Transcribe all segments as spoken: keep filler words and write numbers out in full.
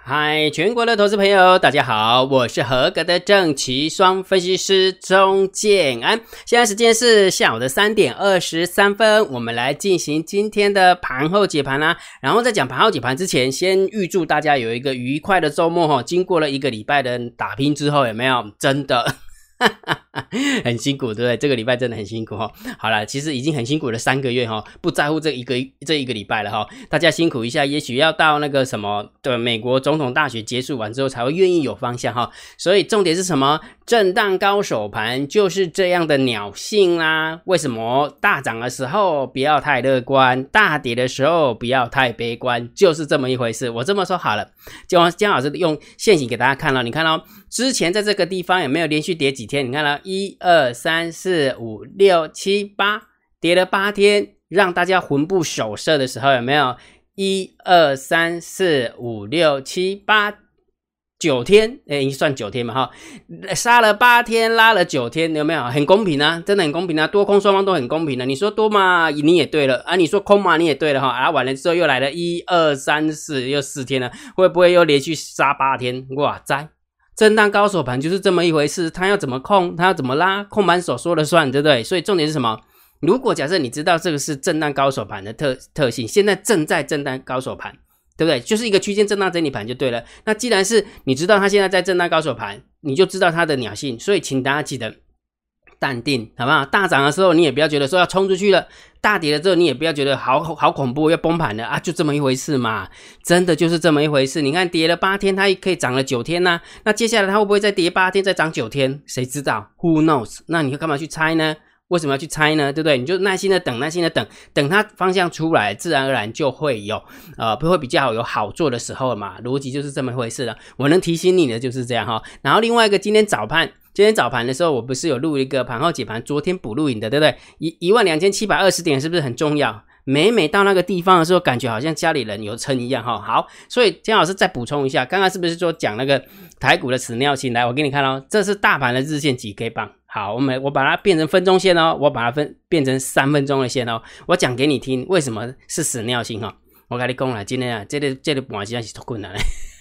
嗨，全国的投资朋友，大家好，我是合格的正奇双分析师钟建安。现在时间是下午的三点二十三分，我们来进行今天的盘后解盘啦、啊。然后在讲盘后解盘之前，先预祝大家有一个愉快的周末哈。经过了一个礼拜的打拼之后，有没有真的？很辛苦，对不对？这个礼拜真的很辛苦哈。好了，其实已经很辛苦了三个月哈，不在乎这一个这一个礼拜了哈。大家辛苦一下，也许要到那个什么的美国总统大选结束完之后，才会愿意有方向哈。所以重点是什么？震荡高手盘就是这样的鸟性啦。为什么大涨的时候不要太乐观，大跌的时候不要太悲观，就是这么一回事。我这么说好了，姜姜老师用现形给大家看了，你看到、哦、之前在这个地方有没有连续跌几天？你看到一二三四五六七八，跌了八天，让大家魂不守舍的时候有没有？一二三四五六七八。九天，诶，算九天嘛哈，杀了八天，拉了九天，有没有？很公平啊，真的很公平啊，多空双方都很公平的、啊。你说多嘛，你也对了啊；你说空嘛，你也对了哈。啊，完了之后又来了一二三四，又四天了，会不会又连续杀八天？哇塞！震荡高手盘就是这么一回事，它要怎么控，它要怎么拉，控盘手说了算，对不对？所以重点是什么？如果假设你知道这个是震荡高手盘的特特性，现在正在震荡高手盘。对不对？就是一个区间震荡整理盘就对了。那既然是你知道它现在在震荡高手盘，你就知道它的鸟性，所以请大家记得淡定，好不好？大涨的时候你也不要觉得说要冲出去了，大跌了之后你也不要觉得好好恐怖要崩盘了啊，就这么一回事嘛，真的就是这么一回事。你看跌了八天，它可以涨了九天呐、啊，那接下来它会不会再跌八天，再涨九天？谁知道 ？Who knows？ 那你干嘛去猜呢？为什么要去猜呢？对不对？你就耐心的等，耐心的等，等它方向出来，自然而然就会有呃，会比较好有好做的时候嘛。逻辑就是这么一回事了。我能提醒你的就是这样哈。然后另外一个，今天早盘，今天早盘的时候，我不是有录一个盘后解盘，昨天补录影的，对不对？一一万两千七百二十点是不是很重要？每每到那个地方的时候，感觉好像家里人有撑一样哈。好，所以姜老师再补充一下，刚刚是不是说讲那个台股的屎尿性？来，我给你看哦，这是大盘的日线几 K 棒。好，我们我把它变成分钟线哦，我把它分变成三分钟的线哦，我讲给你听，为什么是屎尿性哈、哦？我跟你讲啦，今天啊，这个这个盘实在是太困难了。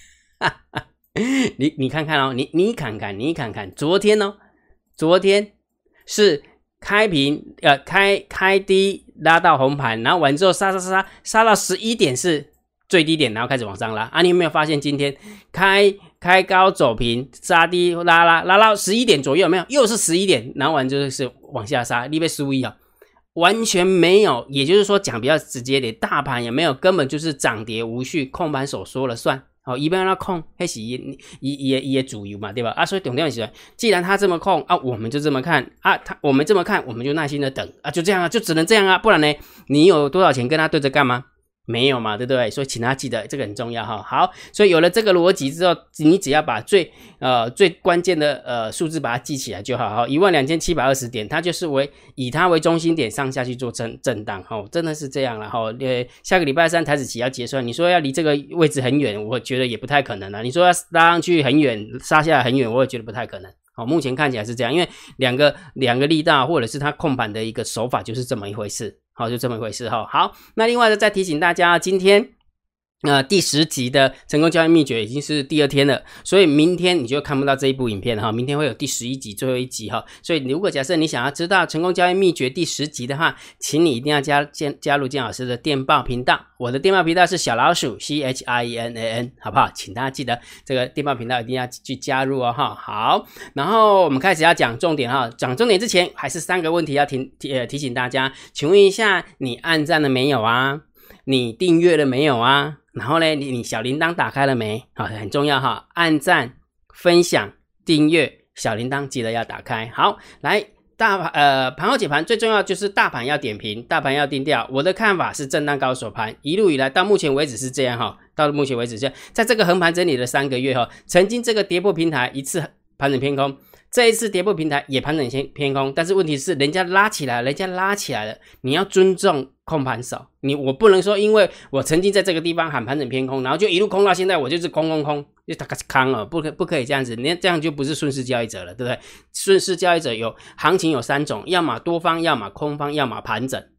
你你看看哦，你你看看，你看看，昨天哦，昨天是开平呃开开低拉到红盘，然后完之后杀杀杀杀杀到十一点是最低点，然后开始往上拉啊！你有没有发现今天开开高走平，杀低拉拉拉到十一点左右，有没有？又是十一点，然后完就是往下杀，你被输一啊，完全没有。也就是说，讲比较直接点，大盘也没有，根本就是涨跌无序，控盘手说了算。好，一般让他控，那是也也也主流嘛，对吧？啊，所以重点是，既然他这么控啊，我们就这么看啊，他我们这么看，我们就耐心的等啊，就这样啊，就只能这样啊，不然呢，你有多少钱跟他对着干嘛？没有嘛，对不对？所以请大家记得这个很重要哈。好，所以有了这个逻辑之后，你只要把最呃最关键的呃数字把它记起来就好哈。一万两千七百二十点，它就是为以它为中心点上下去做震震荡哈，真的是这样了哈。呃，下个礼拜三台指期要结算，你说要离这个位置很远，我觉得也不太可能了。你说要拉上去很远，杀下来很远，我也觉得不太可能。好，目前看起来是这样，因为两个两个力道或者是它控盘的一个手法就是这么一回事。好，就这么一回事哈。好，那另外的再提醒大家，今天呃第十集的成功交易秘诀已经是第二天了，所以明天你就看不到这一部影片哈。明天会有第十一集最后一集哈。所以如果假设你想要知道成功交易秘诀第十集的话，请你一定要加加加入建老师的电报频道。我的电报频道是小老鼠 C H I E N A N， 好不好？请大家记得这个电报频道一定要去加入哦哈。好，然后我们开始要讲重点哈。讲重点之前，还是三个问题要提提呃提醒大家，请问一下。你按赞了没有啊？你订阅了没有啊？然后呢，你你小铃铛打开了没？好，很重要哈，按赞、分享、订阅，小铃铛记得要打开。好，来大盘呃盘后解盘最重要就是大盘要点评，大盘要定调。我的看法是震荡高手盘，一路以来到目前为止是这样哈，到目前为止这样，在这个横盘整理的三个月哈，曾经这个跌破平台一次盘整偏空。这一次跌破平台也盘整偏空，但是问题是人家拉起来，人家拉起来了，你要尊重控盘手，你我不能说因为我曾经在这个地方喊盘整偏空，然后就一路空到现在，我就是空空空，就大概是康了，不可不可以这样子，你这样就不是顺势交易者了，对不对？顺势交易者有行情有三种，要么多方，要么空方，要么盘整。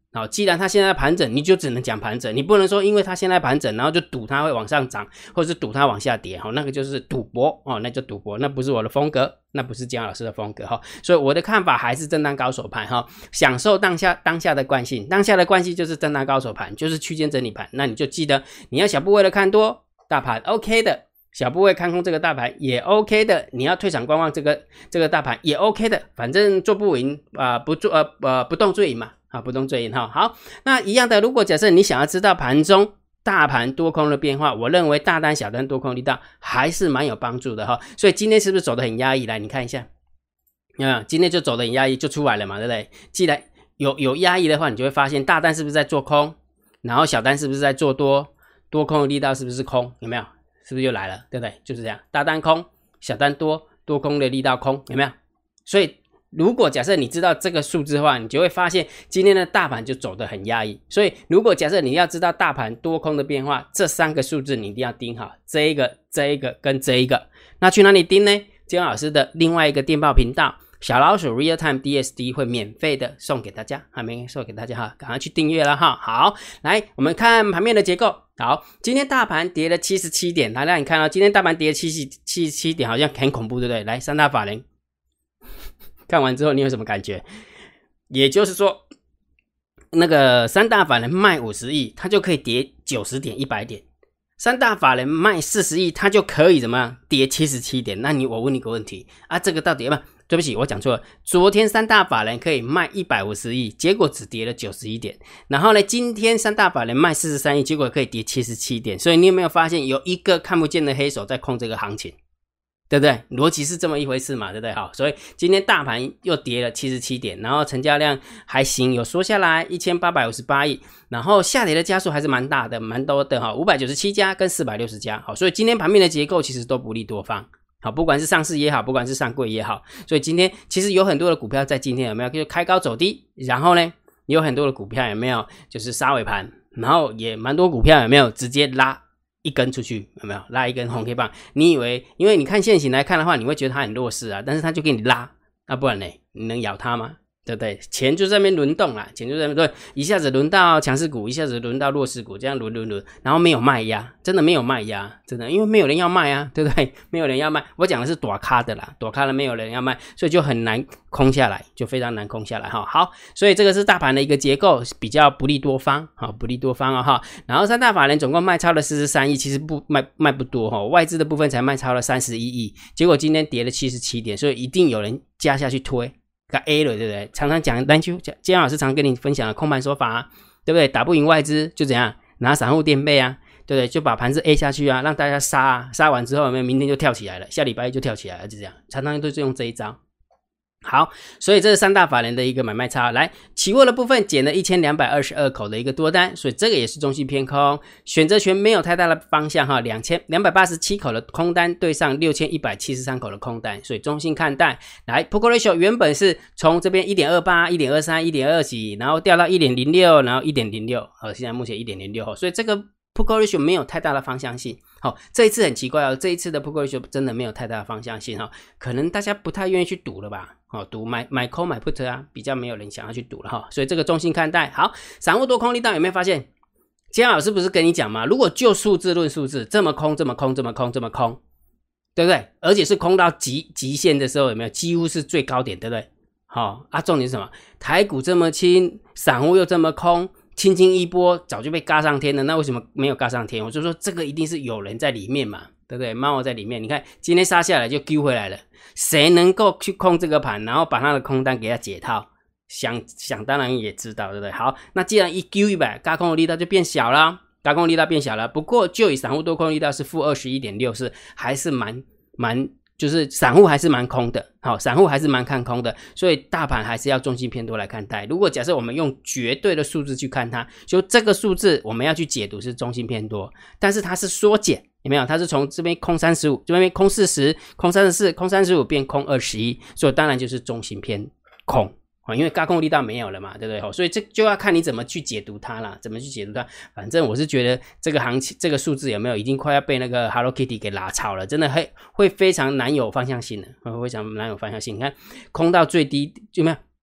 好，既然它现在盘整，你就只能讲盘整，你不能说因为它现在盘整，然后就赌它会往上涨，或者是赌它往下跌，那个就是赌博哦，那就赌博，那不是我的风格，那不是姜老师的风格哈。所以我的看法还是震荡高手盘哈，享受当下当下的惯性，当下的惯性就是震荡高手盘，就是区间整理盘。那你就记得你要小部位的看多大盘 OK 的，小部位看空这个大盘也 OK 的，你要退场观望这个这个大盘也 OK 的，反正做不赢啊、呃，不做呃呃不动最赢嘛。好，不动最赢哈。好，那一样的，如果假设你想要知道盘中大盘多空的变化，我认为大单小单多空力道还是蛮有帮助的哈。所以今天是不是走得很压抑？来，你看一下，啊，今天就走得很压抑，就出来了嘛，对不对？既然有有压抑的话，你就会发现大单是不是在做空，然后小单是不是在做多，多空的力道是不是空？有没有？是不是又来了？对不对？就是这样，大单空，小单多，多空的力道空，有没有？所以如果假设你知道这个数字的话，你就会发现今天的大盘就走得很压抑。所以如果假设你要知道大盘多空的变化，这三个数字你一定要盯好，这一个、这一个跟这一个。那去哪里盯呢？姜老师的另外一个电报频道小老鼠 Real Time D S D 会免费的送给大家，还没送给大家哈，赶快去订阅了哈。好，来我们看盘面的结构。好，今天大盘跌了七十七点，来让你看到、哦、今天大盘跌了七十七点，好像很恐怖，对不对？来，三大法人看完之后你有什么感觉？也就是说那个三大法人卖五十亿，它就可以跌九十点一百点，三大法人卖四十亿，它就可以怎么样跌七十七点。那你我问你个问题啊，这个到底有没有？对不起，我讲错了，昨天三大法人可以卖一百五十亿，结果只跌了九十一点，然后呢今天三大法人卖四十三亿，结果可以跌七十七点。所以你有没有发现有一个看不见的黑手在控这个行情，对不对？逻辑是这么一回事嘛，对不对？好，所以今天大盘又跌了七十七点，然后成交量还行，有缩下来一千八百五十八亿，然后下跌的家数还是蛮大的，蛮多的哈，五百九十七家跟四百六十家。好，所以今天盘面的结构其实都不利多方。好，不管是上市也好，不管是上柜也好，所以今天其实有很多的股票在今天有没有就开高走低，然后呢有很多的股票有没有就是杀尾盘，然后也蛮多股票有没有直接拉一根出去，有没有拉一根红 K 棒？你以为因为你看现行来看的话，你会觉得它很弱势啊，但是它就给你拉，那不然呢你能咬它吗？对不对？钱就在那边轮动啦，钱就在那边对，一下子轮到强势股，一下子轮到弱势股，这样轮轮轮，然后没有卖压，真的没有卖压，真的，因为没有人要卖啊，对不对？没有人要卖，我讲的是短咖的啦，短咖的没有人要卖，所以就很难空下来，就非常难空下来哈。好，所以这个是大盘的一个结构，比较不利多方，好，不利多方啊哈。然后三大法人总共卖超了四十三亿，其实不卖卖不多哈，外资的部分才卖超了三十一亿，结果今天跌了七十七点，所以一定有人加下去推。A 了，对不对？常常讲单秋，姜老师常跟你分享的空盘说法、啊，对不对？打不赢外资就怎样拿散户垫背啊，对不对？就把盘子 A 下去啊，让大家杀啊，杀完之后有没有明天就跳起来了，下礼拜一就跳起来了，就这样，常常都是用这一招。好，所以这是三大法人的一个买卖差。来，期货的部分减了一千两百二十二口的一个多单，所以这个也是中性偏空。选择权没有太大的方向哈，两千两百八十七口的空单对上六千一百七十三口的空单，所以中性看待。来 ，P/E ratio 原本是从这边 一点二八、一点二三、一点二几，然后掉到 一点零六，然后 一点零六， 好，现在目前 一点零六， 所以这个P/E ratio 没有太大的方向性。好，这一次很奇怪哦，这一次的P/E ratio 真的没有太大的方向性哈，可能大家不太愿意去赌了吧？好，赌买买 call 买 put 啊，比较没有人想要去赌了哈，所以这个中性看待。好，散户多空力道有没有发现？姜老师不是跟你讲吗？如果就数字论数字，这么空，这么空，这么空，这么空，对不对？而且是空到极极限的时候，有没有？几乎是最高点，对不对？好啊，重点是什么？台股这么轻，散户又这么空。轻轻一波早就被嘎上天了，那为什么没有嘎上天？我就说这个一定是有人在里面嘛，对不对？猫在里面，你看今天杀下来就丢回来了，谁能够去控这个盘，然后把他的空单给他解套？想想当然也知道，对不对？好，那既然一丢一百，嘎空的力道就变小了，嘎空的力道变小了。不过就以散户多空力道是负 二十一点六， 是还是蛮蛮。就是散户还是蛮空的，好，散户还是蛮看空的，所以大盘还是要中性偏多来看待。如果假设我们用绝对的数字去看它，就这个数字我们要去解读是中性偏多，但是它是缩减，有没有？它是从这边空三十五，这边空四十，空三十四，空三十五变空二十一，所以当然就是中性偏空。因为軋空力道没有了嘛，对不对？所以这就要看你怎么去解读它啦，怎么去解读它。反正我是觉得这个行情这个数字有没有已经快要被那个 Hello Kitty 给拉炒了，真的会会非常难有方向性的，会非常难有方向性。你看空到最低有没有？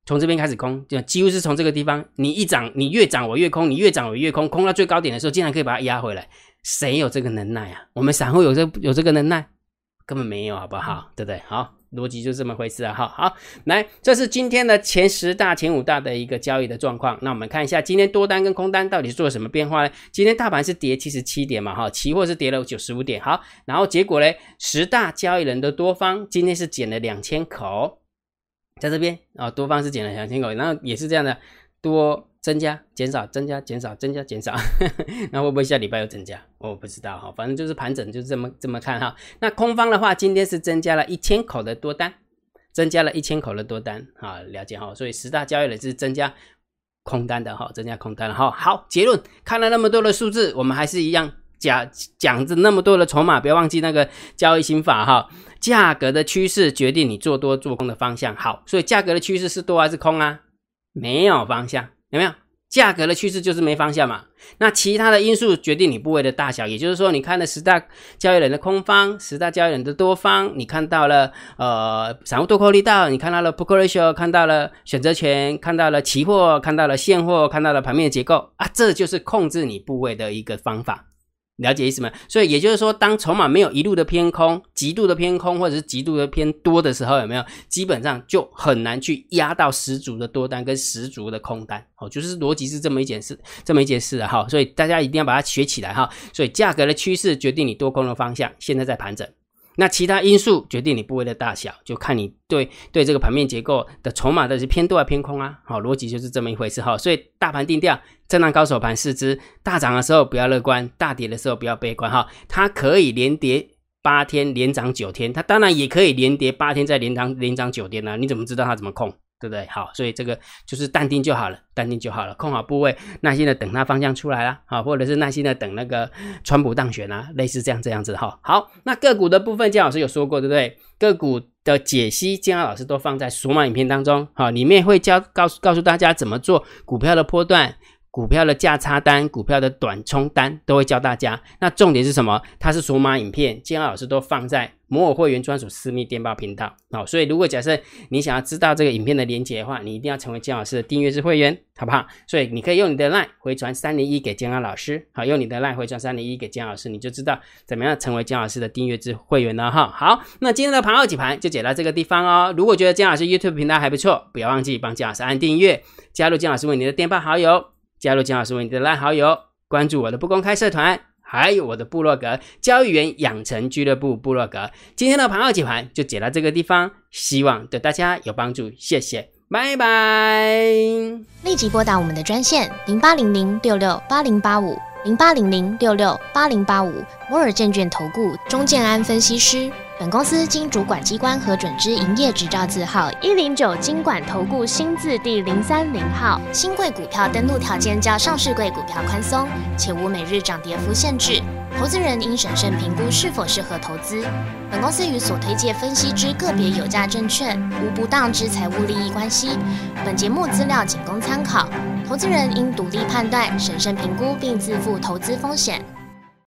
从这边开始空，就几乎是从这个地方，你一涨，你越涨我越空，你越涨我越空，空到最高点的时候，竟然可以把它压回来，谁有这个能耐啊？我们散户有这有这个能耐？根本没有，好不好？对不对？好，逻辑就这么回事啊。好，好，来，这是今天的前十大、前五大的一个交易的状况。那我们看一下今天多单跟空单到底做了什么变化呢？今天大盘是跌七十七点嘛，哈，期货是跌了九十五点。好，然后结果呢，十大交易人的多方今天是减了两千口，在这边啊、哦，多方是减了两千口，然后也是这样的，多增加、减少、增加、减少、增加、减少，那会不会下礼拜又增加？我不知道哈，反正就是盘整就是这么这么看哈。那空方的话，今天是增加了一千口的多单，增加了一千口的多单啊，了解哈。所以十大交易人是增加空单的哈，增加空单了哈。好，结论看了那么多的数字，我们还是一样讲讲着那么多的筹码，不要忘记那个交易心法哈。价格的趋势决定你做多做空的方向。好，所以价格的趋势是多还是空啊？没有方向，有没有？价格的趋势就是没方向嘛。那其他的因素决定你部位的大小，也就是说，你看了十大交易人的空方，十大交易人的多方，你看到了呃散户多空力道，你看到了 put call ratio， 看到了选择权，看到了期货，看到了现货，看到了盘面结构啊，这就是控制你部位的一个方法。了解意思吗？所以也就是说，当筹码没有一路的偏空、极度的偏空或者是极度的偏多的时候，有没有？基本上就很难去压到十足的多单跟十足的空单。好，就是逻辑是这么一件事，这么一件事啊。好，所以大家一定要把它学起来哈。所以价格的趋势决定你多空的方向，现在在盘整。那其他因素决定你部位的大小，就看你对对这个盘面结构的筹码到底是偏多还是偏空啊。好，逻辑就是这么一回事哈。所以大盘定调，震荡高手盘四支，大涨的时候不要乐观，大跌的时候不要悲观哈。它可以连跌八天，连涨九天，它当然也可以连跌八天再连涨连涨九天啊。你怎么知道它怎么控？对不对？好，所以这个就是淡定就好了，淡定就好了，控好部位，耐心的等它方向出来啦，好，或者是耐心的等那个川普当选啊，类似这样这样子哈。好，那个股的部分，姜老师有说过，对不对？个股的解析，姜老师都放在索马影片当中，好，里面会教告诉告诉大家怎么做股票的波段。股票的价差单、股票的短冲单都会教大家。那重点是什么？它是索马影片，建安老师都放在摩尔会员专属私密电报频道。好，所以如果假设你想要知道这个影片的连结的话，你一定要成为建安老师的订阅制会员，好不好？所以你可以用你的 LINE 回传三零一给建安老师，好，用你的 LINE 回传三零一给建安老师，你就知道怎么样成为建安老师的订阅制会员了哈。好，那今天的盘后解盘就解到这个地方哦。如果觉得建安老师 YouTube 频道还不错，不要忘记帮建安老师按订阅，加入建安老师为你的电报好友。加入姜老师为你的 LINE 好友，关注我的不公开社团，还有我的部落格交易员养成俱乐部部落格。今天的盘后解盘就解到这个地方，希望对大家有帮助，谢谢，拜拜。 立即拨打我们的专线零八零零六六八零八五零八零零六六八零八五摩尔证券投顾钟建安分析师。本公司经主管机关核准之营业执照字号一零九金管投顾新字第零三零号。新贵股票登录条件较上市贵股票宽松，且无每日涨跌幅限制。投资人应审慎评估是否适合投资。本公司与所推介分析之个别有价证券无不当之财务利益关系。本节目资料仅供参考，投资人应独立判断、审慎评估并自负投资风险。